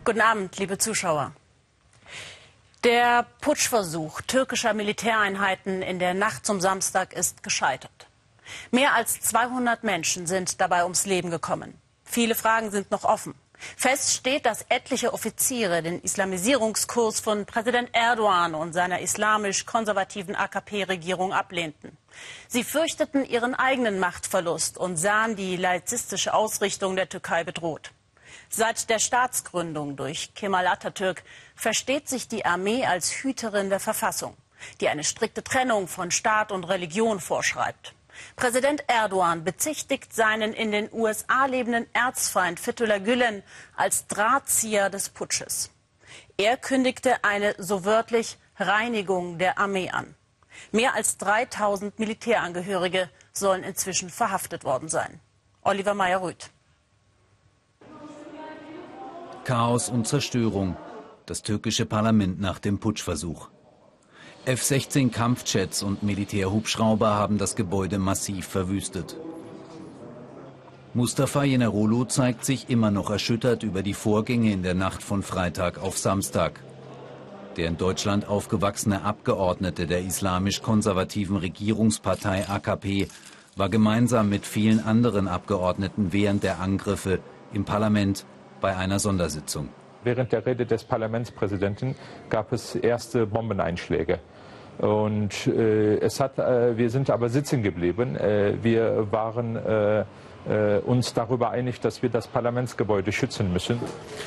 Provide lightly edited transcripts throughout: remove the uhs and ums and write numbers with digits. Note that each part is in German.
Guten Abend, liebe Zuschauer. Der Putschversuch türkischer Militäreinheiten in der Nacht zum Samstag ist gescheitert. Mehr als 200 Menschen sind dabei ums Leben gekommen. Viele Fragen sind noch offen. Fest steht, dass etliche Offiziere den Islamisierungskurs von Präsident Erdogan und seiner islamisch-konservativen AKP-Regierung ablehnten. Sie fürchteten ihren eigenen Machtverlust und sahen die laizistische Ausrichtung der Türkei bedroht. Seit der Staatsgründung durch Kemal Atatürk versteht sich die Armee als Hüterin der Verfassung, die eine strikte Trennung von Staat und Religion vorschreibt. Präsident Erdogan bezichtigt seinen in den USA lebenden Erzfeind Fethullah Gülen als Drahtzieher des Putsches. Er kündigte eine so wörtlich Reinigung der Armee an. Mehr als 3000 Militärangehörige sollen inzwischen verhaftet worden sein. Oliver Meyer-Rüth. Chaos und Zerstörung. Das türkische Parlament nach dem Putschversuch. F-16 Kampfjets und Militärhubschrauber haben das Gebäude massiv verwüstet. Mustafa Yeneroglu zeigt sich immer noch erschüttert über die Vorgänge in der Nacht von Freitag auf Samstag. Der in Deutschland aufgewachsene Abgeordnete der islamisch-konservativen Regierungspartei AKP war gemeinsam mit vielen anderen Abgeordneten während der Angriffe im Parlament bei einer Sondersitzung. Während der Rede des Parlamentspräsidenten gab es erste Bombeneinschläge. Und wir sind aber sitzen geblieben. Wir waren uns darüber einig, dass wir das Parlamentsgebäude schützen müssen.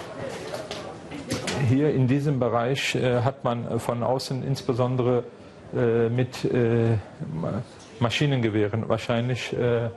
Hier in diesem Bereich hat man von außen insbesondere mit Maschinengewehren wahrscheinlich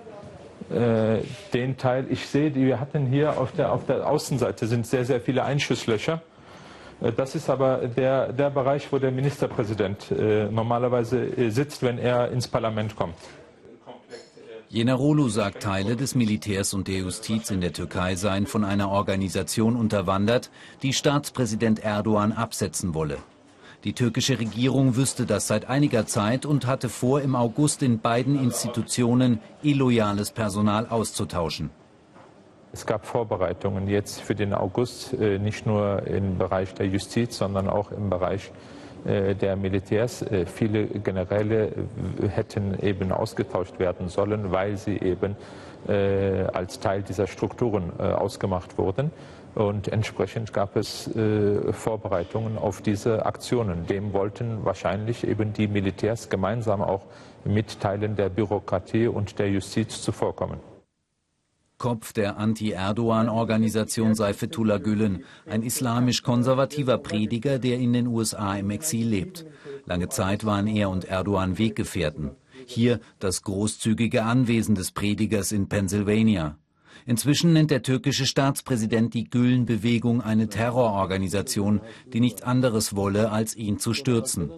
den Teil, ich sehe, wir hatten hier auf der Außenseite sind sehr, sehr viele Einschusslöcher. Das ist aber der Bereich, wo der Ministerpräsident normalerweise sitzt, wenn er ins Parlament kommt. Yeneroglu sagt, Teile des Militärs und der Justiz in der Türkei seien von einer Organisation unterwandert, die Staatspräsident Erdogan absetzen wolle. Die türkische Regierung wüsste das seit einiger Zeit und hatte vor, im August in beiden Institutionen illoyales Personal auszutauschen. Es gab Vorbereitungen jetzt für den August, nicht nur im Bereich der Justiz, sondern auch im Bereich der Militärs. Viele Generäle hätten eben ausgetauscht werden sollen, weil sie eben als Teil dieser Strukturen ausgemacht wurden. Und entsprechend gab es Vorbereitungen auf diese Aktionen. Dem wollten wahrscheinlich eben die Militärs gemeinsam auch mit Teilen der Bürokratie und der Justiz zuvorkommen. Kopf der Anti-Erdogan-Organisation sei Fethullah Gülen, ein islamisch-konservativer Prediger, der in den USA im Exil lebt. Lange Zeit waren er und Erdogan Weggefährten. Hier das großzügige Anwesen des Predigers in Pennsylvania. Inzwischen nennt der türkische Staatspräsident die Gülen-Bewegung eine Terrororganisation, die nichts anderes wolle, als ihn zu stürzen.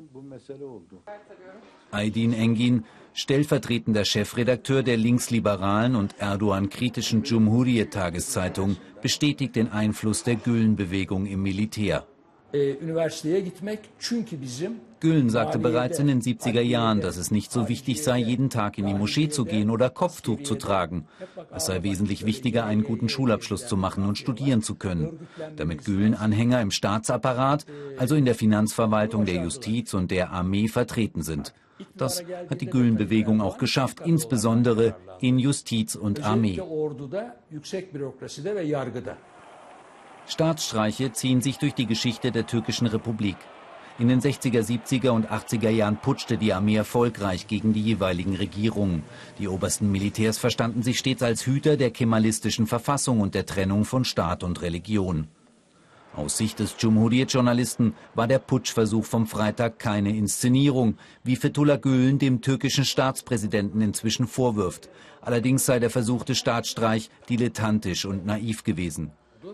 Aydin Engin, stellvertretender Chefredakteur der linksliberalen und Erdogan-kritischen Cumhuriyet-Tageszeitung, bestätigt den Einfluss der Gülen-Bewegung im Militär. Gülen sagte bereits in den 70er Jahren, dass es nicht so wichtig sei, jeden Tag in die Moschee zu gehen oder Kopftuch zu tragen. Es sei wesentlich wichtiger, einen guten Schulabschluss zu machen und studieren zu können. Damit Gülen-Anhänger im Staatsapparat, also in der Finanzverwaltung, der Justiz und der Armee vertreten sind. Das hat die Gülen-Bewegung auch geschafft, insbesondere in Justiz und Armee. Staatsstreiche ziehen sich durch die Geschichte der türkischen Republik. In den 60er, 70er und 80er Jahren putschte die Armee erfolgreich gegen die jeweiligen Regierungen. Die obersten Militärs verstanden sich stets als Hüter der kemalistischen Verfassung und der Trennung von Staat und Religion. Aus Sicht des Cumhuriyet-Journalisten war der Putschversuch vom Freitag keine Inszenierung, wie Fethullah Gülen dem türkischen Staatspräsidenten inzwischen vorwirft. Allerdings sei der versuchte Staatsstreich dilettantisch und naiv gewesen.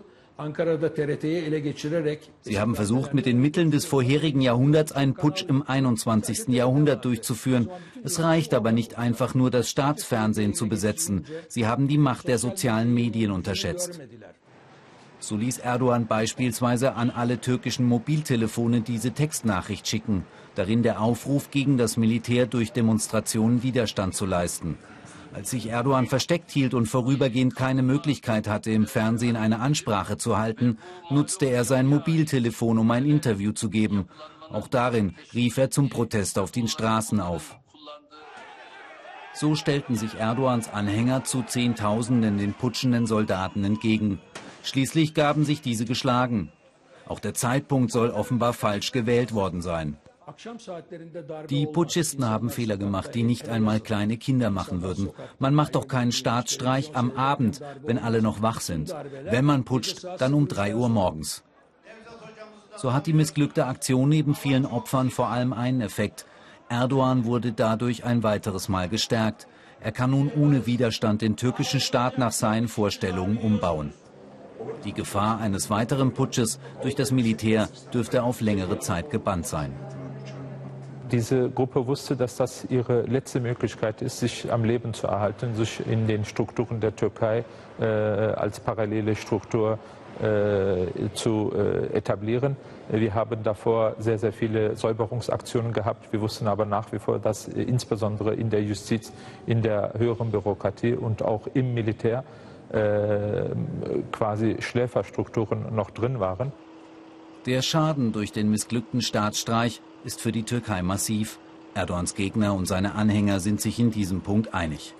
Sie haben versucht, mit den Mitteln des vorherigen Jahrhunderts einen Putsch im 21. Jahrhundert durchzuführen. Es reicht aber nicht einfach nur, das Staatsfernsehen zu besetzen. Sie haben die Macht der sozialen Medien unterschätzt. So ließ Erdogan beispielsweise an alle türkischen Mobiltelefone diese Textnachricht schicken, darin der Aufruf, gegen das Militär durch Demonstrationen Widerstand zu leisten. Als sich Erdogan versteckt hielt und vorübergehend keine Möglichkeit hatte, im Fernsehen eine Ansprache zu halten, nutzte er sein Mobiltelefon, um ein Interview zu geben. Auch darin rief er zum Protest auf den Straßen auf. So stellten sich Erdogans Anhänger zu Zehntausenden den putschenden Soldaten entgegen. Schließlich gaben sich diese geschlagen. Auch der Zeitpunkt soll offenbar falsch gewählt worden sein. Die Putschisten haben Fehler gemacht, die nicht einmal kleine Kinder machen würden. Man macht doch keinen Staatsstreich am Abend, wenn alle noch wach sind. Wenn man putscht, dann um 3 Uhr morgens. So hat die missglückte Aktion neben vielen Opfern vor allem einen Effekt. Erdogan wurde dadurch ein weiteres Mal gestärkt. Er kann nun ohne Widerstand den türkischen Staat nach seinen Vorstellungen umbauen. Die Gefahr eines weiteren Putsches durch das Militär dürfte auf längere Zeit gebannt sein. Diese Gruppe wusste, dass das ihre letzte Möglichkeit ist, sich am Leben zu erhalten, sich in den Strukturen der Türkei als parallele Struktur zu etablieren. Wir haben davor sehr, sehr viele Säuberungsaktionen gehabt. Wir wussten aber nach wie vor, dass insbesondere in der Justiz, in der höheren Bürokratie und auch im Militär quasi Schläferstrukturen noch drin waren. Der Schaden durch den missglückten Staatsstreich ist für die Türkei massiv. Erdogans Gegner und seine Anhänger sind sich in diesem Punkt einig.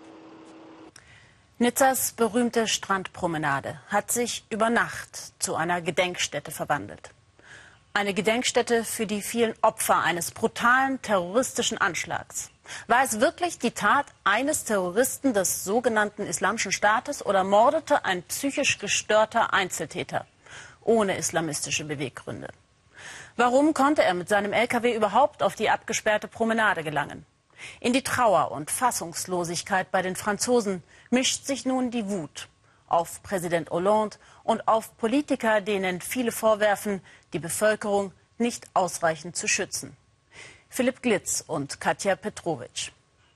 Nizzas berühmte Strandpromenade hat sich über Nacht zu einer Gedenkstätte verwandelt. Eine Gedenkstätte für die vielen Opfer eines brutalen terroristischen Anschlags. War es wirklich die Tat eines Terroristen des sogenannten Islamischen Staates oder mordete ein psychisch gestörter Einzeltäter ohne islamistische Beweggründe? Warum konnte er mit seinem LKW überhaupt auf die abgesperrte Promenade gelangen? In die Trauer und Fassungslosigkeit bei den Franzosen mischt sich nun die Wut auf Präsident Hollande und auf Politiker, denen viele vorwerfen, die Bevölkerung nicht ausreichend zu schützen. Philipp Glitz und Katja Petrovic.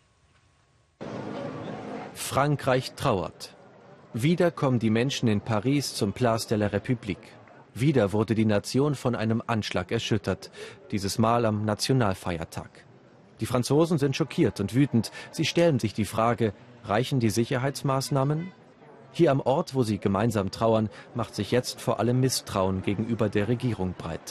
Frankreich trauert. Wieder kommen die Menschen in Paris zum Place de la République. Wieder wurde die Nation von einem Anschlag erschüttert, dieses Mal am Nationalfeiertag. Die Franzosen sind schockiert und wütend. Sie stellen sich die Frage, reichen die Sicherheitsmaßnahmen? Hier am Ort, wo sie gemeinsam trauern, macht sich jetzt vor allem Misstrauen gegenüber der Regierung breit.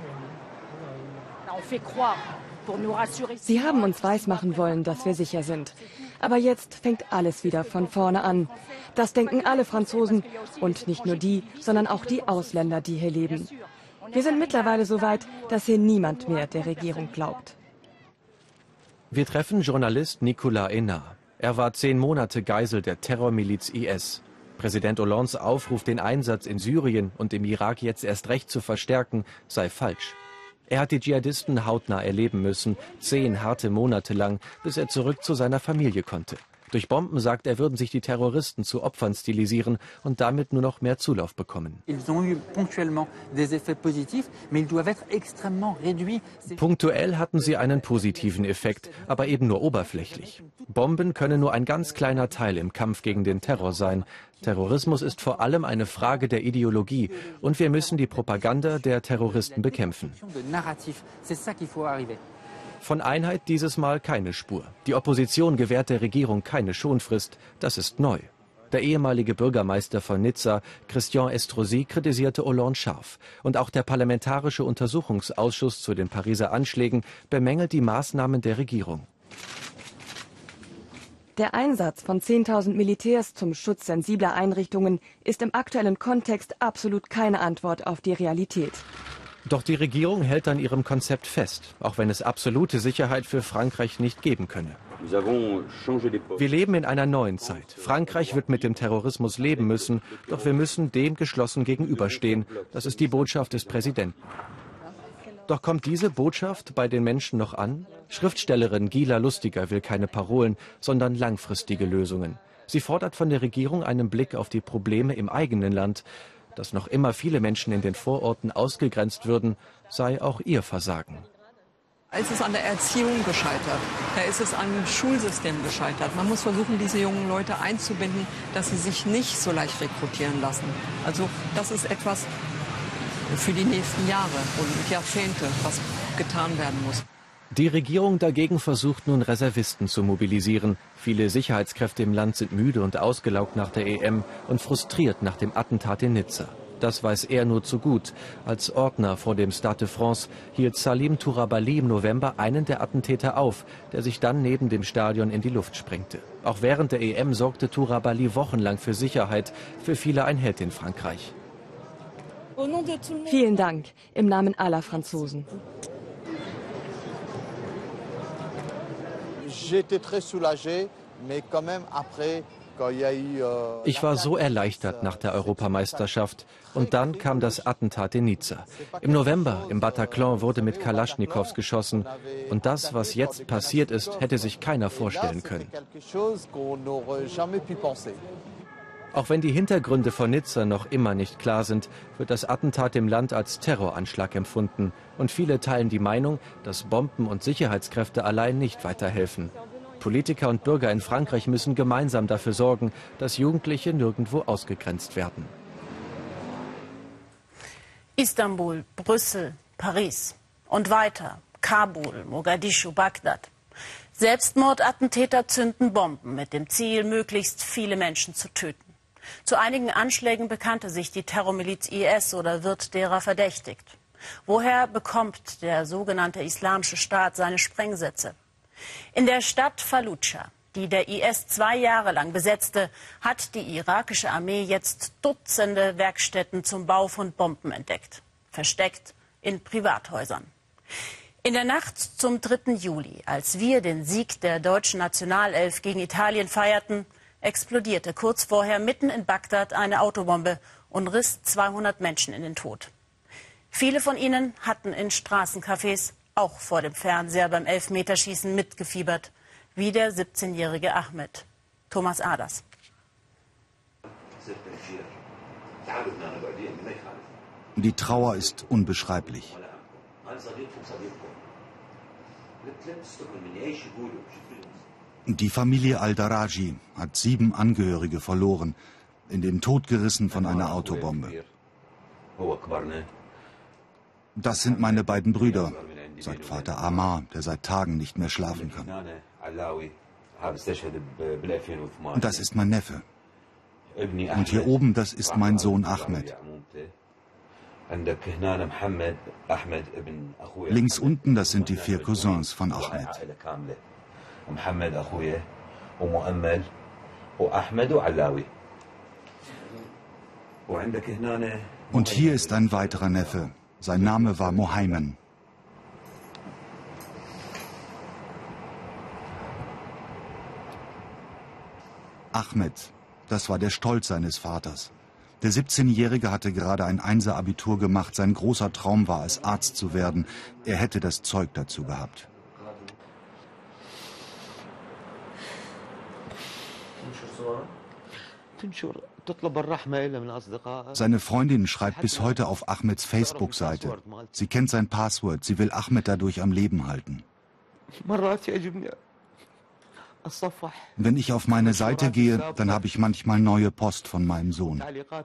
Sie haben uns weismachen wollen, dass wir sicher sind. Aber jetzt fängt alles wieder von vorne an. Das denken alle Franzosen und nicht nur die, sondern auch die Ausländer, die hier leben. Wir sind mittlerweile so weit, dass hier niemand mehr der Regierung glaubt. Wir treffen Journalist Nicolas Hénard. Er war 10 Monate Geisel der Terrormiliz IS. Präsident Hollandes Aufruf, den Einsatz in Syrien und im Irak jetzt erst recht zu verstärken, sei falsch. Er hat die Dschihadisten hautnah erleben müssen, 10 harte Monate lang, bis er zurück zu seiner Familie konnte. Durch Bomben, sagt er, würden sich die Terroristen zu Opfern stilisieren und damit nur noch mehr Zulauf bekommen. Punktuell hatten sie einen positiven Effekt, aber eben nur oberflächlich. Bomben können nur ein ganz kleiner Teil im Kampf gegen den Terror sein. Terrorismus ist vor allem eine Frage der Ideologie und wir müssen die Propaganda der Terroristen bekämpfen. Von Einheit dieses Mal keine Spur. Die Opposition gewährt der Regierung keine Schonfrist. Das ist neu. Der ehemalige Bürgermeister von Nizza, Christian Estrosi, kritisierte Hollande scharf. Und auch der Parlamentarische Untersuchungsausschuss zu den Pariser Anschlägen bemängelt die Maßnahmen der Regierung. Der Einsatz von 10.000 Militärs zum Schutz sensibler Einrichtungen ist im aktuellen Kontext absolut keine Antwort auf die Realität. Doch die Regierung hält an ihrem Konzept fest, auch wenn es absolute Sicherheit für Frankreich nicht geben könne. Wir leben in einer neuen Zeit. Frankreich wird mit dem Terrorismus leben müssen, doch wir müssen dem geschlossen gegenüberstehen. Das ist die Botschaft des Präsidenten. Doch kommt diese Botschaft bei den Menschen noch an? Schriftstellerin Gila Lustiger will keine Parolen, sondern langfristige Lösungen. Sie fordert von der Regierung einen Blick auf die Probleme im eigenen Land. Dass noch immer viele Menschen in den Vororten ausgegrenzt würden, sei auch ihr Versagen. Es ist an der Erziehung gescheitert, da ist es am Schulsystem gescheitert. Man muss versuchen, diese jungen Leute einzubinden, dass sie sich nicht so leicht rekrutieren lassen. Also das ist etwas für die nächsten Jahre und Jahrzehnte, was getan werden muss. Die Regierung dagegen versucht nun, Reservisten zu mobilisieren. Viele Sicherheitskräfte im Land sind müde und ausgelaugt nach der EM und frustriert nach dem Attentat in Nizza. Das weiß er nur zu gut. Als Ordner vor dem Stade de France hielt Salim Tourabali im November einen der Attentäter auf, der sich dann neben dem Stadion in die Luft sprengte. Auch während der EM sorgte Tourabali wochenlang für Sicherheit, für viele ein Held in Frankreich. Vielen Dank im Namen aller Franzosen. Ich war so erleichtert nach der Europameisterschaft. Und dann kam das Attentat in Nizza. Im November im Bataclan wurde mit Kalaschnikows geschossen. Und das, was jetzt passiert ist, hätte sich keiner vorstellen können. Auch wenn die Hintergründe von Nizza noch immer nicht klar sind, wird das Attentat im Land als Terroranschlag empfunden. Und viele teilen die Meinung, dass Bomben und Sicherheitskräfte allein nicht weiterhelfen. Politiker und Bürger in Frankreich müssen gemeinsam dafür sorgen, dass Jugendliche nirgendwo ausgegrenzt werden. Istanbul, Brüssel, Paris und weiter. Kabul, Mogadischu, Bagdad. Selbstmordattentäter zünden Bomben mit dem Ziel, möglichst viele Menschen zu töten. Zu einigen Anschlägen bekannte sich die Terrormiliz IS oder wird derer verdächtigt. Woher bekommt der sogenannte Islamische Staat seine Sprengsätze? In der Stadt Fallujah, die der IS 2 Jahre lang besetzte, hat die irakische Armee jetzt Dutzende Werkstätten zum Bau von Bomben entdeckt, versteckt in Privathäusern. In der Nacht zum 3. Juli, als wir den Sieg der deutschen Nationalelf gegen Italien feierten, explodierte kurz vorher mitten in Bagdad eine Autobombe und riss 200 Menschen in den Tod. Viele von ihnen hatten in Straßencafés auch vor dem Fernseher beim Elfmeterschießen mitgefiebert, wie der 17-jährige Ahmed. Thomas Aders. Die Trauer ist unbeschreiblich. Die Familie Al-Daraji hat 7 Angehörige verloren, in den Tod gerissen von einer Autobombe. Das sind meine beiden Brüder, sagt Vater Amar, der seit Tagen nicht mehr schlafen kann. Und das ist mein Neffe. Und hier oben, das ist mein Sohn Ahmed. Links unten, das sind die 4 Cousins von Ahmed. Und hier ist ein weiterer Neffe. Sein Name war Mohaimen. Ahmed, das war der Stolz seines Vaters. Der 17-Jährige hatte gerade ein 1er-Abitur gemacht. Sein großer Traum war es, Arzt zu werden. Er hätte das Zeug dazu gehabt. Seine Freundin schreibt bis heute auf Ahmeds Facebook-Seite. Sie kennt sein Passwort. Sie will Ahmed dadurch am Leben halten. Wenn ich auf meine Seite gehe, dann habe ich manchmal neue Post von meinem Sohn.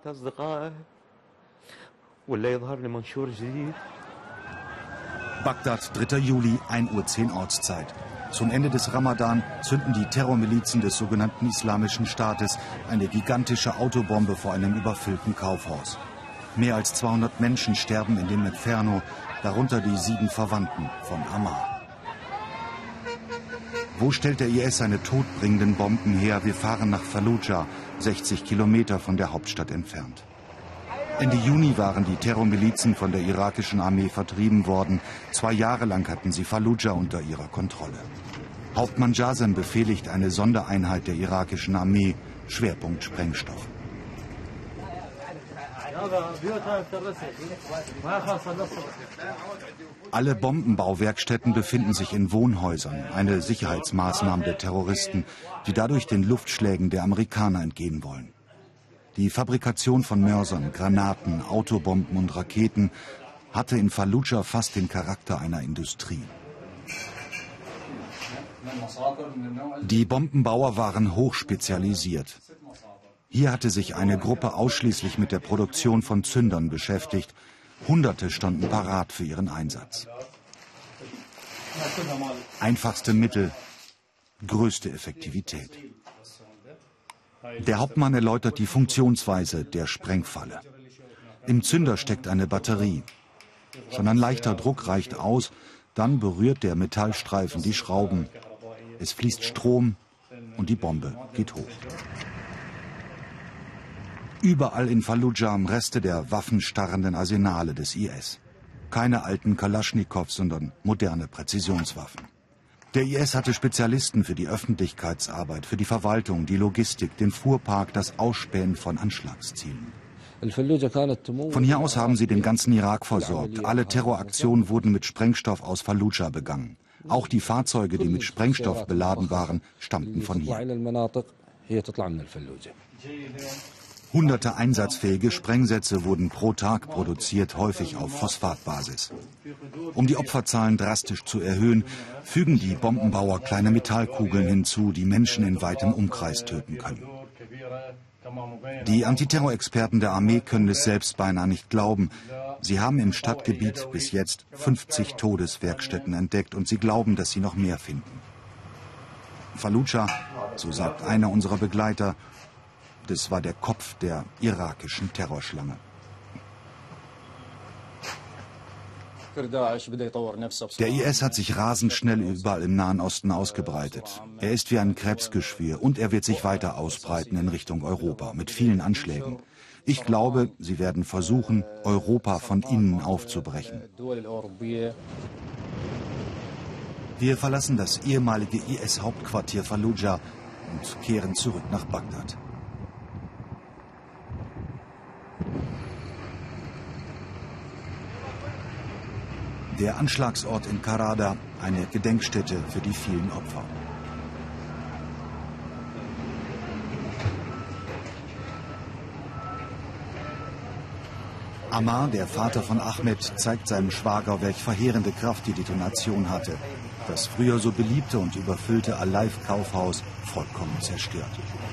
Bagdad, 3. Juli, 1:10 Uhr Ortszeit. Zum Ende des Ramadan zünden die Terrormilizen des sogenannten Islamischen Staates eine gigantische Autobombe vor einem überfüllten Kaufhaus. Mehr als 200 Menschen sterben in dem Inferno, darunter die 7 Verwandten von Ammar. Wo stellt der IS seine todbringenden Bomben her? Wir fahren nach Fallujah, 60 Kilometer von der Hauptstadt entfernt. Ende Juni waren die Terrormilizen von der irakischen Armee vertrieben worden. 2 Jahre lang hatten sie Fallujah unter ihrer Kontrolle. Hauptmann Jasem befehligt eine Sondereinheit der irakischen Armee, Schwerpunkt Sprengstoff. Alle Bombenbauwerkstätten befinden sich in Wohnhäusern, eine Sicherheitsmaßnahme der Terroristen, die dadurch den Luftschlägen der Amerikaner entgehen wollen. Die Fabrikation von Mörsern, Granaten, Autobomben und Raketen hatte in Fallujah fast den Charakter einer Industrie. Die Bombenbauer waren hochspezialisiert. Hier hatte sich eine Gruppe ausschließlich mit der Produktion von Zündern beschäftigt. Hunderte standen parat für ihren Einsatz. Einfachste Mittel, größte Effektivität. Der Hauptmann erläutert die Funktionsweise der Sprengfalle. Im Zünder steckt eine Batterie. Schon ein leichter Druck reicht aus, dann berührt der Metallstreifen die Schrauben. Es fließt Strom und die Bombe geht hoch. Überall in Fallujah Reste der waffenstarrenden Arsenale des IS. Keine alten Kalaschnikows, sondern moderne Präzisionswaffen. Der IS hatte Spezialisten für die Öffentlichkeitsarbeit, für die Verwaltung, die Logistik, den Fuhrpark, das Ausspähen von Anschlagszielen. Von hier aus haben sie den ganzen Irak versorgt. Alle Terroraktionen wurden mit Sprengstoff aus Fallujah begangen. Auch die Fahrzeuge, die mit Sprengstoff beladen waren, stammten von hier. Hunderte einsatzfähige Sprengsätze wurden pro Tag produziert, häufig auf Phosphatbasis. Um die Opferzahlen drastisch zu erhöhen, fügen die Bombenbauer kleine Metallkugeln hinzu, die Menschen in weitem Umkreis töten können. Die Antiterrorexperten der Armee können es selbst beinahe nicht glauben. Sie haben im Stadtgebiet bis jetzt 50 Todeswerkstätten entdeckt und sie glauben, dass sie noch mehr finden. Fallujah, so sagt einer unserer Begleiter, das war der Kopf der irakischen Terrorschlange. Der IS hat sich rasend schnell überall im Nahen Osten ausgebreitet. Er ist wie ein Krebsgeschwür und er wird sich weiter ausbreiten in Richtung Europa mit vielen Anschlägen. Ich glaube, sie werden versuchen, Europa von innen aufzubrechen. Wir verlassen das ehemalige IS-Hauptquartier Fallujah und kehren zurück nach Bagdad. Der Anschlagsort in Karada, eine Gedenkstätte für die vielen Opfer. Ammar, der Vater von Ahmed, zeigt seinem Schwager, welch verheerende Kraft die Detonation hatte. Das früher so beliebte und überfüllte Al-Laif-Kaufhaus vollkommen zerstört.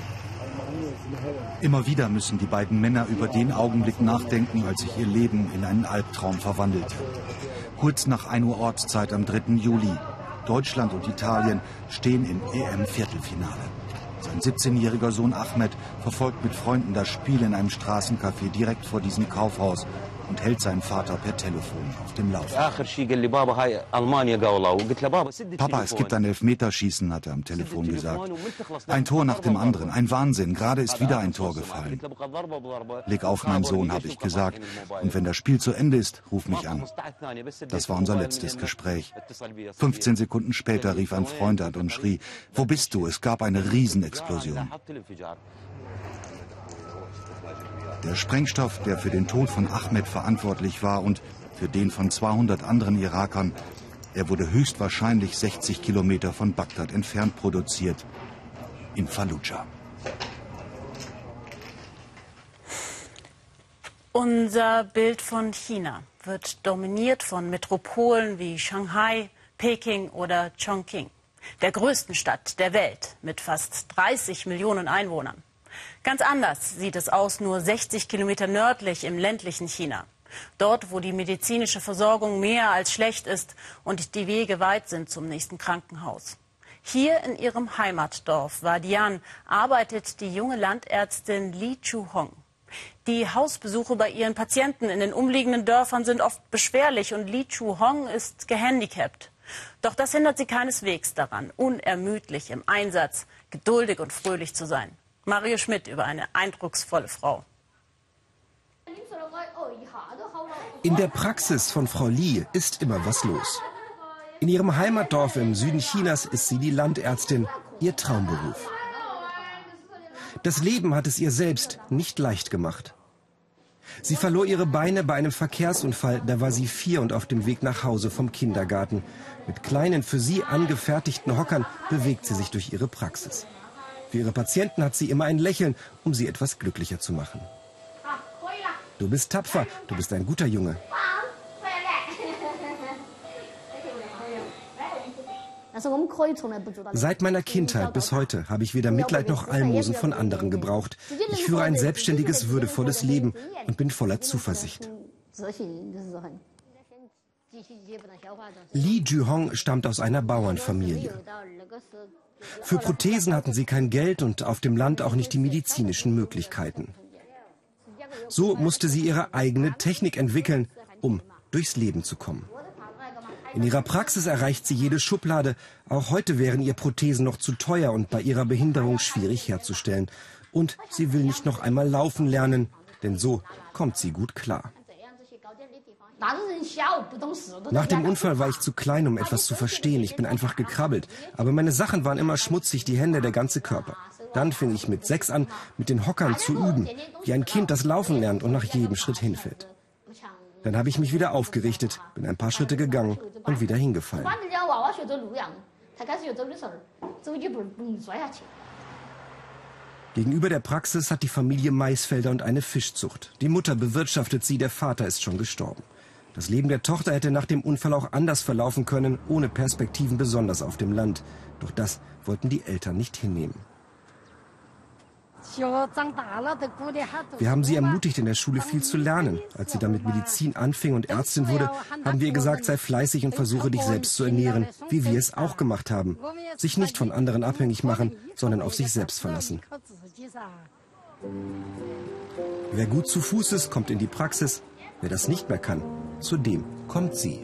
Immer wieder müssen die beiden Männer über den Augenblick nachdenken, als sich ihr Leben in einen Albtraum verwandelte. Kurz nach 1 Uhr Ortszeit am 3. Juli. Deutschland und Italien stehen im EM-Viertelfinale. Sein 17-jähriger Sohn Ahmed verfolgt mit Freunden das Spiel in einem Straßencafé direkt vor diesem Kaufhaus und hält seinen Vater per Telefon auf dem Laufenden. Papa, es gibt ein Elfmeterschießen, hat er am Telefon gesagt. Ein Tor nach dem anderen, ein Wahnsinn. Gerade ist wieder ein Tor gefallen. Leg auf, mein Sohn, habe ich gesagt. Und wenn das Spiel zu Ende ist, ruf mich an. Das war unser letztes Gespräch. 15 Sekunden später rief ein Freund an und schrie, wo bist du? Es gab eine Riesenexplosion. Der Sprengstoff, der für den Tod von Ahmed verantwortlich war und für den von 200 anderen Irakern, er wurde höchstwahrscheinlich 60 Kilometer von Bagdad entfernt produziert, in Fallujah. Unser Bild von China wird dominiert von Metropolen wie Shanghai, Peking oder Chongqing, der größten Stadt der Welt mit fast 30 Millionen Einwohnern. Ganz anders sieht es aus, nur 60 Kilometer nördlich im ländlichen China. Dort, wo die medizinische Versorgung mehr als schlecht ist und die Wege weit sind zum nächsten Krankenhaus. Hier in ihrem Heimatdorf Wadian arbeitet die junge Landärztin Li Chu-hong. Die Hausbesuche bei ihren Patienten in den umliegenden Dörfern sind oft beschwerlich und Li Chu-hong ist gehandicapt. Doch das hindert sie keineswegs daran, unermüdlich im Einsatz, geduldig und fröhlich zu sein. Mario Schmidt über eine eindrucksvolle Frau. In der Praxis von Frau Li ist immer was los. In ihrem Heimatdorf im Süden Chinas ist sie die Landärztin, ihr Traumberuf. Das Leben hat es ihr selbst nicht leicht gemacht. Sie verlor ihre Beine bei einem Verkehrsunfall, da war sie 4 und auf dem Weg nach Hause vom Kindergarten. Mit kleinen, für sie angefertigten Hockern bewegt sie sich durch ihre Praxis. Für ihre Patienten hat sie immer ein Lächeln, um sie etwas glücklicher zu machen. Du bist tapfer, du bist ein guter Junge. Seit meiner Kindheit bis heute habe ich weder Mitleid noch Almosen von anderen gebraucht. Ich führe ein selbstständiges, würdevolles Leben und bin voller Zuversicht. Lee Ju-hong stammt aus einer Bauernfamilie. Für Prothesen hatten sie kein Geld und auf dem Land auch nicht die medizinischen Möglichkeiten. So musste sie ihre eigene Technik entwickeln, um durchs Leben zu kommen. In ihrer Praxis erreicht sie jede Schublade. Auch heute wären ihr Prothesen noch zu teuer und bei ihrer Behinderung schwierig herzustellen. Und sie will nicht noch einmal laufen lernen, denn so kommt sie gut klar. Nach dem Unfall war ich zu klein, um etwas zu verstehen. Ich bin einfach gekrabbelt. Aber meine Sachen waren immer schmutzig, die Hände, der ganze Körper. Dann fing ich mit 6 an, mit den Hockern zu üben. Wie ein Kind, das laufen lernt und nach jedem Schritt hinfällt. Dann habe ich mich wieder aufgerichtet, bin ein paar Schritte gegangen und wieder hingefallen. Gegenüber der Praxis hat die Familie Maisfelder und eine Fischzucht. Die Mutter bewirtschaftet sie, der Vater ist schon gestorben. Das Leben der Tochter hätte nach dem Unfall auch anders verlaufen können, ohne Perspektiven, besonders auf dem Land. Doch das wollten die Eltern nicht hinnehmen. Wir haben sie ermutigt, in der Schule viel zu lernen. Als sie dann mit Medizin anfing und Ärztin wurde, haben wir ihr gesagt, sei fleißig und versuche dich selbst zu ernähren, wie wir es auch gemacht haben. Sich nicht von anderen abhängig machen, sondern auf sich selbst verlassen. Wer gut zu Fuß ist, kommt in die Praxis. Wer das nicht mehr kann, zu dem kommt sie.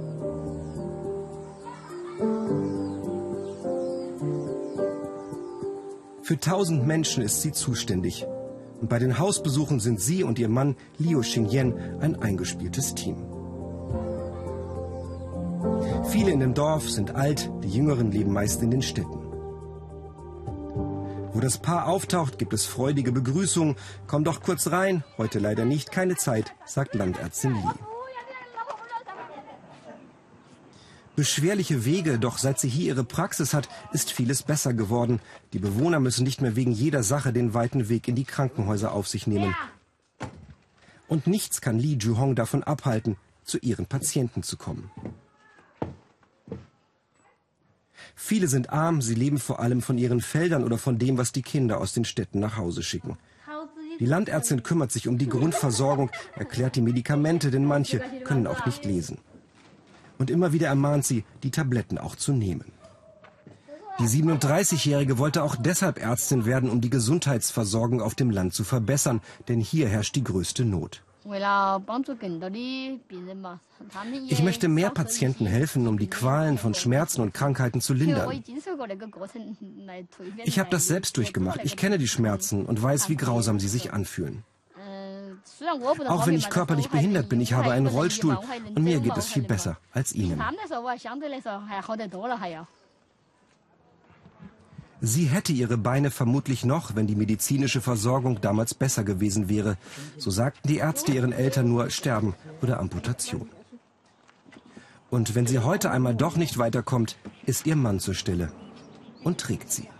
Für 1000 Menschen ist sie zuständig. Und bei den Hausbesuchen sind sie und ihr Mann Liu Xingyan ein eingespieltes Team. Viele in dem Dorf sind alt, die Jüngeren leben meist in den Städten. Wo das Paar auftaucht, gibt es freudige Begrüßungen. Komm doch kurz rein, heute leider nicht, keine Zeit, sagt Landärztin Li. Beschwerliche Wege, doch seit sie hier ihre Praxis hat, ist vieles besser geworden. Die Bewohner müssen nicht mehr wegen jeder Sache den weiten Weg in die Krankenhäuser auf sich nehmen. Und nichts kann Lee Ju-hong davon abhalten, zu ihren Patienten zu kommen. Viele sind arm, sie leben vor allem von ihren Feldern oder von dem, was die Kinder aus den Städten nach Hause schicken. Die Landärztin kümmert sich um die Grundversorgung, erklärt die Medikamente, denn manche können auch nicht lesen. Und immer wieder ermahnt sie, die Tabletten auch zu nehmen. Die 37-Jährige wollte auch deshalb Ärztin werden, um die Gesundheitsversorgung auf dem Land zu verbessern, denn hier herrscht die größte Not. Ich möchte mehr Patienten helfen, um die Qualen von Schmerzen und Krankheiten zu lindern. Ich habe das selbst durchgemacht. Ich kenne die Schmerzen und weiß, wie grausam sie sich anfühlen. Auch wenn ich körperlich behindert bin, ich habe einen Rollstuhl und mir geht es viel besser als Ihnen. Sie hätte ihre Beine vermutlich noch, wenn die medizinische Versorgung damals besser gewesen wäre. So sagten die Ärzte ihren Eltern nur Sterben oder Amputation. Und wenn sie heute einmal doch nicht weiterkommt, ist ihr Mann zur Stelle und trägt sie.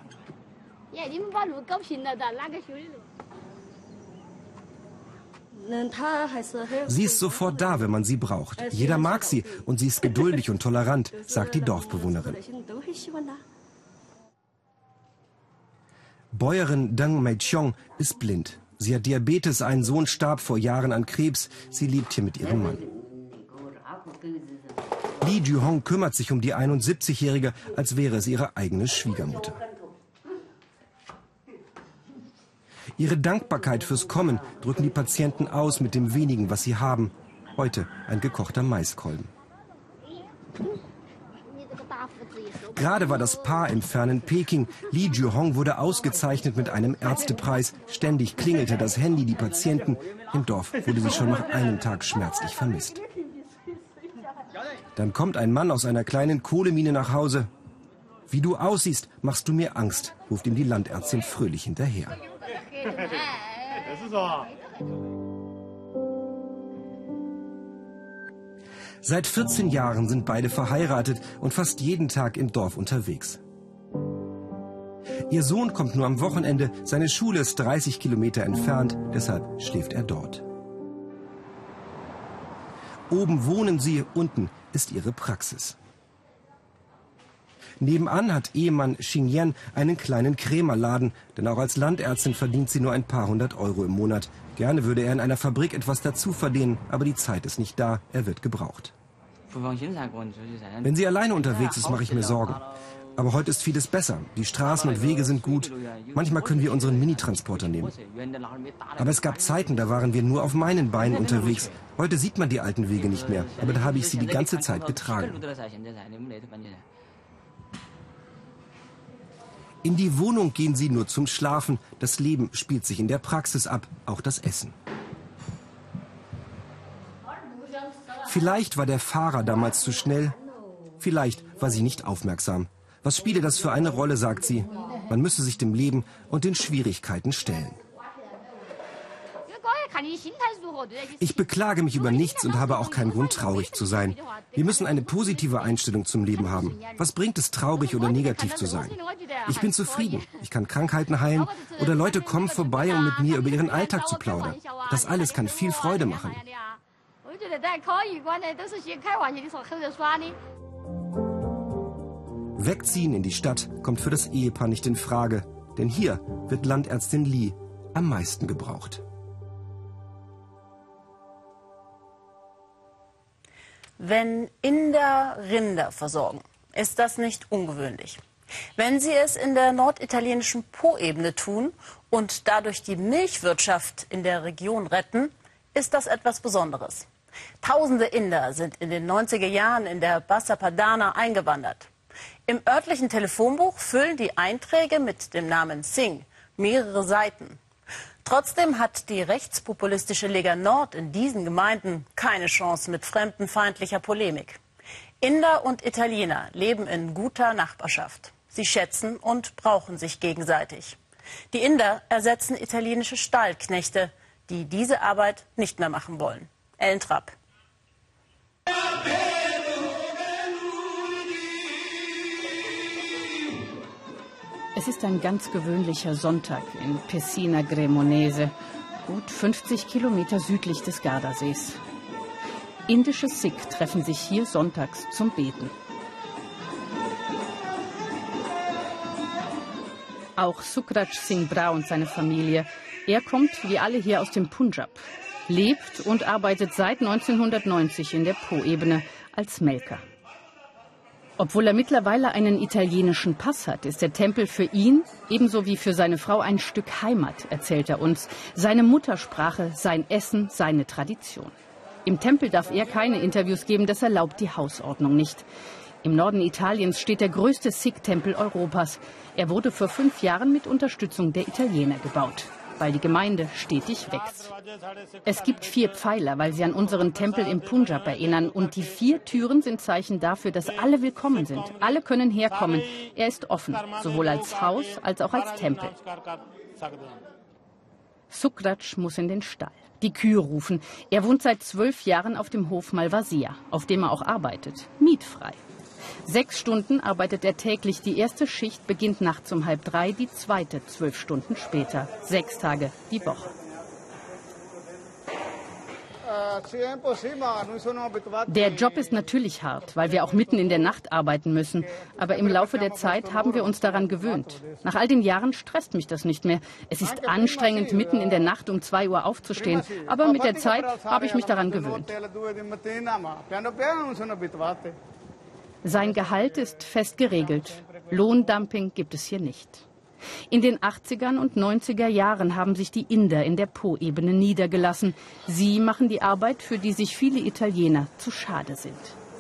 Sie ist sofort da, wenn man sie braucht. Jeder mag sie und sie ist geduldig und tolerant, sagt die Dorfbewohnerin. Bäuerin Deng Meichong ist blind. Sie hat Diabetes, ein Sohn starb vor Jahren an Krebs. Sie lebt hier mit ihrem Mann. Lee Ju-hong kümmert sich um die 71-Jährige, als wäre es ihre eigene Schwiegermutter. Ihre Dankbarkeit fürs Kommen drücken die Patienten aus mit dem wenigen, was sie haben. Heute ein gekochter Maiskolben. Gerade war das Paar im fernen Peking. Lee Ju-hong wurde ausgezeichnet mit einem Ärztepreis. Ständig klingelte das Handy, die Patienten. Im Dorf wurde sie schon nach einem Tag schmerzlich vermisst. Dann kommt ein Mann aus einer kleinen Kohlemine nach Hause. Wie du aussiehst, machst du mir Angst, ruft ihm die Landärztin fröhlich hinterher. Seit 14 Jahren sind beide verheiratet und fast jeden Tag im Dorf unterwegs. Ihr Sohn kommt nur am Wochenende, seine Schule ist 30 Kilometer entfernt, deshalb schläft er dort. Oben wohnen sie, unten ist ihre Praxis. Nebenan hat Ehemann Xingyan einen kleinen Krämerladen, denn auch als Landärztin verdient sie nur ein paar hundert Euro im Monat. Gerne würde er in einer Fabrik etwas dazu verdienen, aber die Zeit ist nicht da, er wird gebraucht. Wenn sie alleine unterwegs ist, mache ich mir Sorgen. Aber heute ist vieles besser. Die Straßen und Wege sind gut. Manchmal können wir unseren Minitransporter nehmen. Aber es gab Zeiten, da waren wir nur auf meinen Beinen unterwegs. Heute sieht man die alten Wege nicht mehr. Aber da habe ich sie die ganze Zeit getragen. In die Wohnung gehen sie nur zum Schlafen. Das Leben spielt sich in der Praxis ab, auch das Essen. Vielleicht war der Fahrer damals zu schnell. Vielleicht war sie nicht aufmerksam. Was spiele das für eine Rolle, sagt sie. Man müsse sich dem Leben und den Schwierigkeiten stellen. Ich beklage mich über nichts und habe auch keinen Grund, traurig zu sein. Wir müssen eine positive Einstellung zum Leben haben. Was bringt es, traurig oder negativ zu sein? Ich bin zufrieden. Ich kann Krankheiten heilen oder Leute kommen vorbei, um mit mir über ihren Alltag zu plaudern. Das alles kann viel Freude machen. Wegziehen in die Stadt kommt für das Ehepaar nicht in Frage, denn hier wird Landärztin Lee am meisten gebraucht. Wenn Inder Rinder versorgen, ist das nicht ungewöhnlich. Wenn sie es in der norditalienischen Po-Ebene tun und dadurch die Milchwirtschaft in der Region retten, ist das etwas Besonderes. Tausende Inder sind in den 90er Jahren in der Bassa Padana eingewandert. Im örtlichen Telefonbuch füllen die Einträge mit dem Namen Singh mehrere Seiten. Trotzdem hat die rechtspopulistische Lega Nord in diesen Gemeinden keine Chance mit fremdenfeindlicher Polemik. Inder und Italiener leben in guter Nachbarschaft. Sie schätzen und brauchen sich gegenseitig. Die Inder ersetzen italienische Stallknechte, die diese Arbeit nicht mehr machen wollen. Ellen Trapp. Es ist ein ganz gewöhnlicher Sonntag in Pessina Cremonese, gut 50 Kilometer südlich des Gardasees. Indische Sikh treffen sich hier sonntags zum Beten. Auch Sukraj Singh Bra und seine Familie. Er kommt, wie alle hier, aus dem Punjab, lebt und arbeitet seit 1990 in der Po-Ebene als Melker. Obwohl er mittlerweile einen italienischen Pass hat, ist der Tempel für ihn, ebenso wie für seine Frau, ein Stück Heimat, erzählt er uns. Seine Muttersprache, sein Essen, seine Tradition. Im Tempel darf er keine Interviews geben, das erlaubt die Hausordnung nicht. Im Norden Italiens steht der größte Sikh-Tempel Europas. Er wurde vor 5 Jahren mit Unterstützung der Italiener gebaut, weil die Gemeinde stetig wächst. Es gibt 4 Pfeiler, weil sie an unseren Tempel im Punjab erinnern. Und die 4 Türen sind Zeichen dafür, dass alle willkommen sind. Alle können herkommen. Er ist offen, sowohl als Haus als auch als Tempel. Sukraj muss in den Stall. Die Kühe rufen. Er wohnt seit 12 Jahren auf dem Hof Malvasia, auf dem er auch arbeitet. Mietfrei. 6 Stunden arbeitet er täglich. Die erste Schicht beginnt nachts um 2:30, die zweite 12 Stunden später. 6 Tage die Woche. Der Job ist natürlich hart, weil wir auch mitten in der Nacht arbeiten müssen. Aber im Laufe der Zeit haben wir uns daran gewöhnt. Nach all den Jahren stresst mich das nicht mehr. Es ist anstrengend, mitten in der Nacht um 2 Uhr aufzustehen. Aber mit der Zeit habe ich mich daran gewöhnt. Sein Gehalt ist fest geregelt. Lohndumping gibt es hier nicht. In den 80er und 90er Jahren haben sich die Inder in der Po-Ebene niedergelassen. Sie machen die Arbeit, für die sich viele Italiener zu schade sind.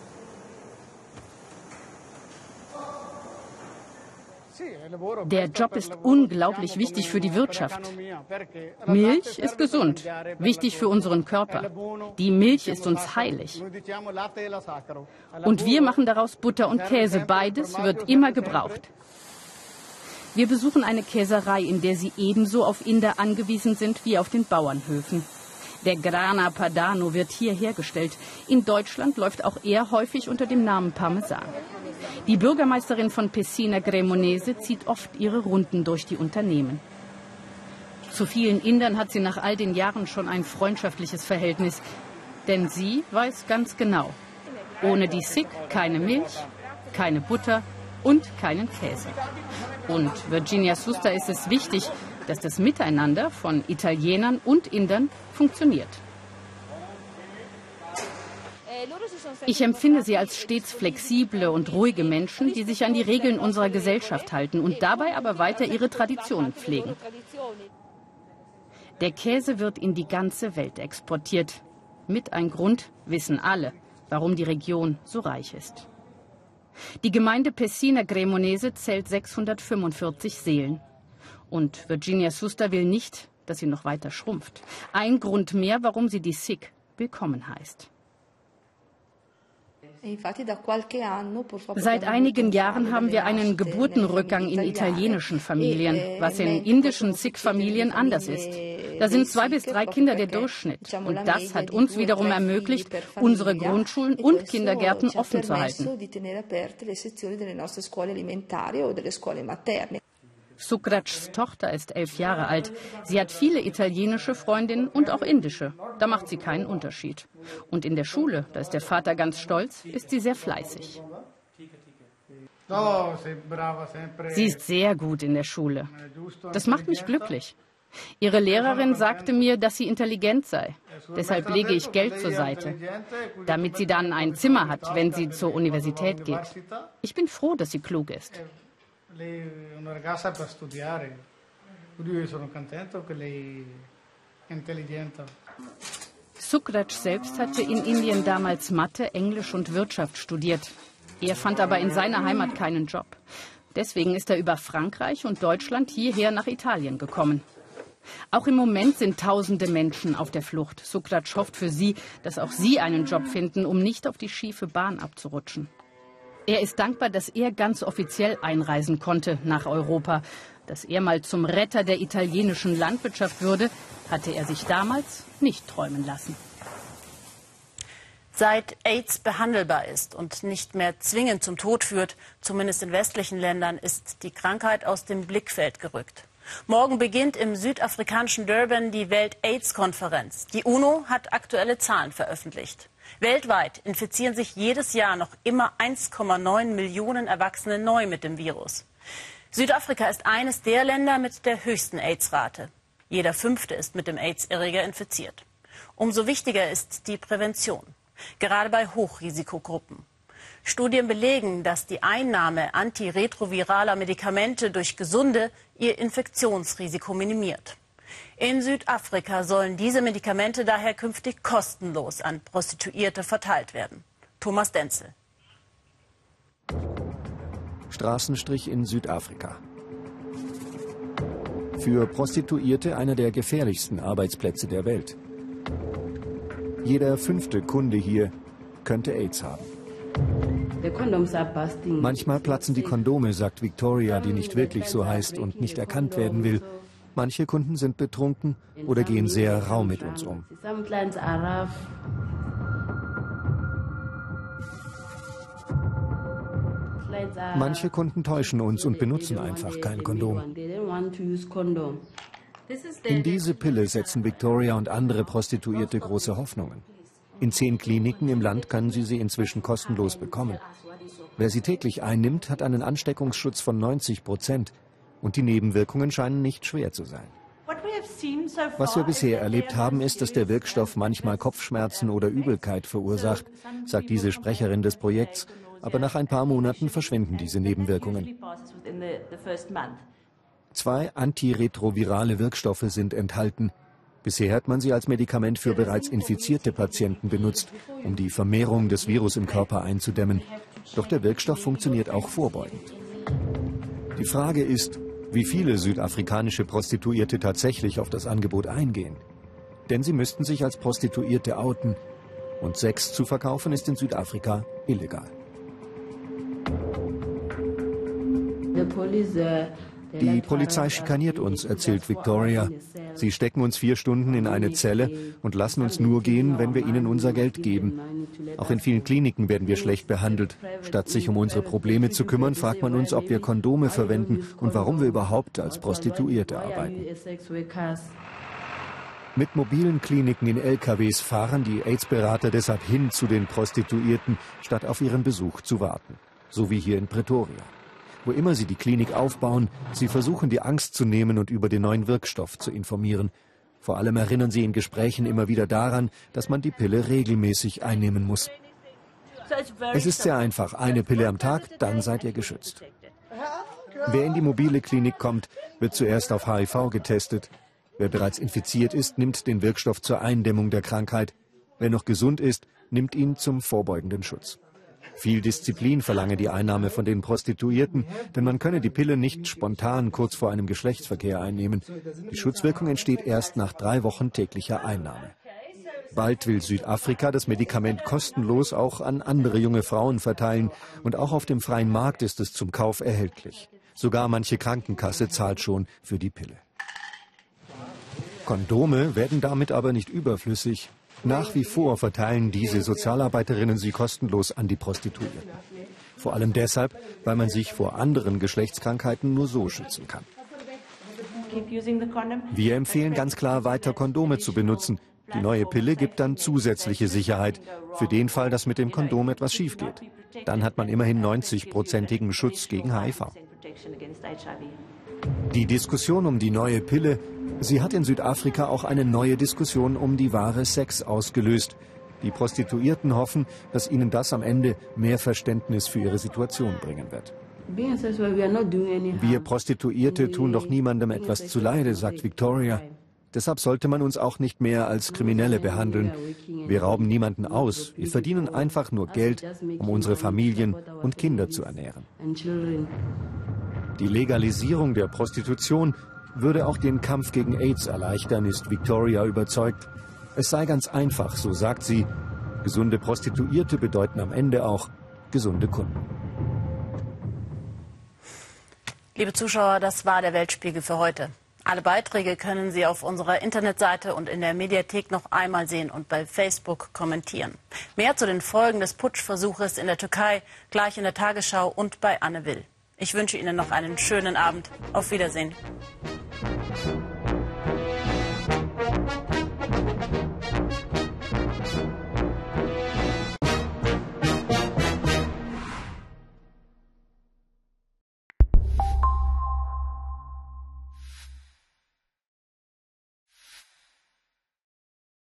Der Job ist unglaublich wichtig für die Wirtschaft. Milch ist gesund, wichtig für unseren Körper. Die Milch ist uns heilig. Und wir machen daraus Butter und Käse. Beides wird immer gebraucht. Wir besuchen eine Käserei, in der sie ebenso auf Inder angewiesen sind wie auf den Bauernhöfen. Der Grana Padano wird hier hergestellt. In Deutschland läuft auch er häufig unter dem Namen Parmesan. Die Bürgermeisterin von Pessina Cremonese zieht oft ihre Runden durch die Unternehmen. Zu vielen Indern hat sie nach all den Jahren schon ein freundschaftliches Verhältnis. Denn sie weiß ganz genau, ohne die Sikh keine Milch, keine Butter und keinen Käse. Und Virginia Suster ist es wichtig, dass das Miteinander von Italienern und Indern funktioniert. Ich empfinde sie als stets flexible und ruhige Menschen, die sich an die Regeln unserer Gesellschaft halten und dabei aber weiter ihre Traditionen pflegen. Der Käse wird in die ganze Welt exportiert. Mit ein Grund wissen alle, warum die Region so reich ist. Die Gemeinde Pessina Cremonese zählt 645 Seelen. Und Virginia Suster will nicht, dass sie noch weiter schrumpft. Ein Grund mehr, warum sie die Sikh willkommen heißt. Seit einigen Jahren haben wir einen Geburtenrückgang in italienischen Familien, was in indischen Sikh-Familien anders ist. Da sind 2 bis 3 Kinder der Durchschnitt. Und das hat uns wiederum ermöglicht, unsere Grundschulen und Kindergärten offen zu halten. Sukrats Tochter ist 11 Jahre alt. Sie hat viele italienische Freundinnen und auch indische. Da macht sie keinen Unterschied. Und in der Schule, da ist der Vater ganz stolz, ist sie sehr fleißig. Sie ist sehr gut in der Schule. Das macht mich glücklich. Ihre Lehrerin sagte mir, dass sie intelligent sei. Deshalb lege ich Geld zur Seite, damit sie dann ein Zimmer hat, wenn sie zur Universität geht. Ich bin froh, dass sie klug ist. Sukraj selbst hatte in Indien damals Mathe, Englisch und Wirtschaft studiert. Er fand aber in seiner Heimat keinen Job. Deswegen ist er über Frankreich und Deutschland hierher nach Italien gekommen. Auch im Moment sind tausende Menschen auf der Flucht. Sukraj hofft für sie, dass auch sie einen Job finden, um nicht auf die schiefe Bahn abzurutschen. Er ist dankbar, dass er ganz offiziell einreisen konnte nach Europa. Dass er mal zum Retter der italienischen Landwirtschaft würde, hatte er sich damals nicht träumen lassen. Seit AIDS behandelbar ist und nicht mehr zwingend zum Tod führt, zumindest in westlichen Ländern, ist die Krankheit aus dem Blickfeld gerückt. Morgen beginnt im südafrikanischen Durban die Welt-AIDS-Konferenz. Die UNO hat aktuelle Zahlen veröffentlicht. Weltweit infizieren sich jedes Jahr noch immer 1,9 Millionen Erwachsene neu mit dem Virus. Südafrika ist eines der Länder mit der höchsten AIDS-Rate. Jeder 5. ist mit dem AIDS-Erreger infiziert. Umso wichtiger ist die Prävention, gerade bei Hochrisikogruppen. Studien belegen, dass die Einnahme antiretroviraler Medikamente durch Gesunde ihr Infektionsrisiko minimiert. In Südafrika sollen diese Medikamente daher künftig kostenlos an Prostituierte verteilt werden. Thomas Denzel. Straßenstrich in Südafrika. Für Prostituierte einer der gefährlichsten Arbeitsplätze der Welt. Jeder 5. Kunde hier könnte AIDS haben. Manchmal platzen die Kondome, sagt Victoria, die nicht wirklich so heißt und nicht erkannt werden will. Manche Kunden sind betrunken oder gehen sehr rau mit uns um. Manche Kunden täuschen uns und benutzen einfach kein Kondom. In diese Pille setzen Victoria und andere Prostituierte große Hoffnungen. In 10 Kliniken im Land können sie inzwischen kostenlos bekommen. Wer sie täglich einnimmt, hat einen Ansteckungsschutz von 90%. Und die Nebenwirkungen scheinen nicht schwer zu sein. Was wir bisher erlebt haben, ist, dass der Wirkstoff manchmal Kopfschmerzen oder Übelkeit verursacht, sagt diese Sprecherin des Projekts. Aber nach ein paar Monaten verschwinden diese Nebenwirkungen. 2 antiretrovirale Wirkstoffe sind enthalten. Bisher hat man sie als Medikament für bereits infizierte Patienten benutzt, um die Vermehrung des Virus im Körper einzudämmen. Doch der Wirkstoff funktioniert auch vorbeugend. Die Frage ist, wie viele südafrikanische Prostituierte tatsächlich auf das Angebot eingehen. Denn sie müssten sich als Prostituierte outen. Und Sex zu verkaufen ist in Südafrika illegal. Die Polizei schikaniert uns, erzählt Victoria. Sie stecken uns 4 Stunden in eine Zelle und lassen uns nur gehen, wenn wir ihnen unser Geld geben. Auch in vielen Kliniken werden wir schlecht behandelt. Statt sich um unsere Probleme zu kümmern, fragt man uns, ob wir Kondome verwenden und warum wir überhaupt als Prostituierte arbeiten. Mit mobilen Kliniken in LKWs fahren die AIDS-Berater deshalb hin zu den Prostituierten, statt auf ihren Besuch zu warten. So wie hier in Pretoria. Wo immer sie die Klinik aufbauen, sie versuchen, die Angst zu nehmen und über den neuen Wirkstoff zu informieren. Vor allem erinnern sie in Gesprächen immer wieder daran, dass man die Pille regelmäßig einnehmen muss. Es ist sehr einfach. Eine Pille am Tag, dann seid ihr geschützt. Wer in die mobile Klinik kommt, wird zuerst auf HIV getestet. Wer bereits infiziert ist, nimmt den Wirkstoff zur Eindämmung der Krankheit. Wer noch gesund ist, nimmt ihn zum vorbeugenden Schutz. Viel Disziplin verlange die Einnahme von den Prostituierten, denn man könne die Pille nicht spontan kurz vor einem Geschlechtsverkehr einnehmen. Die Schutzwirkung entsteht erst nach 3 Wochen täglicher Einnahme. Bald will Südafrika das Medikament kostenlos auch an andere junge Frauen verteilen. Und auch auf dem freien Markt ist es zum Kauf erhältlich. Sogar manche Krankenkasse zahlt schon für die Pille. Kondome werden damit aber nicht überflüssig. Nach wie vor verteilen diese Sozialarbeiterinnen sie kostenlos an die Prostituierten. Vor allem deshalb, weil man sich vor anderen Geschlechtskrankheiten nur so schützen kann. Wir empfehlen ganz klar, weiter Kondome zu benutzen. Die neue Pille gibt dann zusätzliche Sicherheit, für den Fall, dass mit dem Kondom etwas schief geht. Dann hat man immerhin 90-prozentigen Schutz gegen HIV. Die Diskussion um die neue Pille, sie hat in Südafrika auch eine neue Diskussion um die Ware Sex ausgelöst. Die Prostituierten hoffen, dass ihnen das am Ende mehr Verständnis für ihre Situation bringen wird. Wir Prostituierte tun doch niemandem etwas zuleide, sagt Victoria. Deshalb sollte man uns auch nicht mehr als Kriminelle behandeln. Wir rauben niemanden aus. Wir verdienen einfach nur Geld, um unsere Familien und Kinder zu ernähren. Die Legalisierung der Prostitution würde auch den Kampf gegen AIDS erleichtern, ist Victoria überzeugt. Es sei ganz einfach, so sagt sie. Gesunde Prostituierte bedeuten am Ende auch gesunde Kunden. Liebe Zuschauer, das war der Weltspiegel für heute. Alle Beiträge können Sie auf unserer Internetseite und in der Mediathek noch einmal sehen und bei Facebook kommentieren. Mehr zu den Folgen des Putschversuches in der Türkei gleich in der Tagesschau und bei Anne Will. Ich wünsche Ihnen noch einen schönen Abend. Auf Wiedersehen.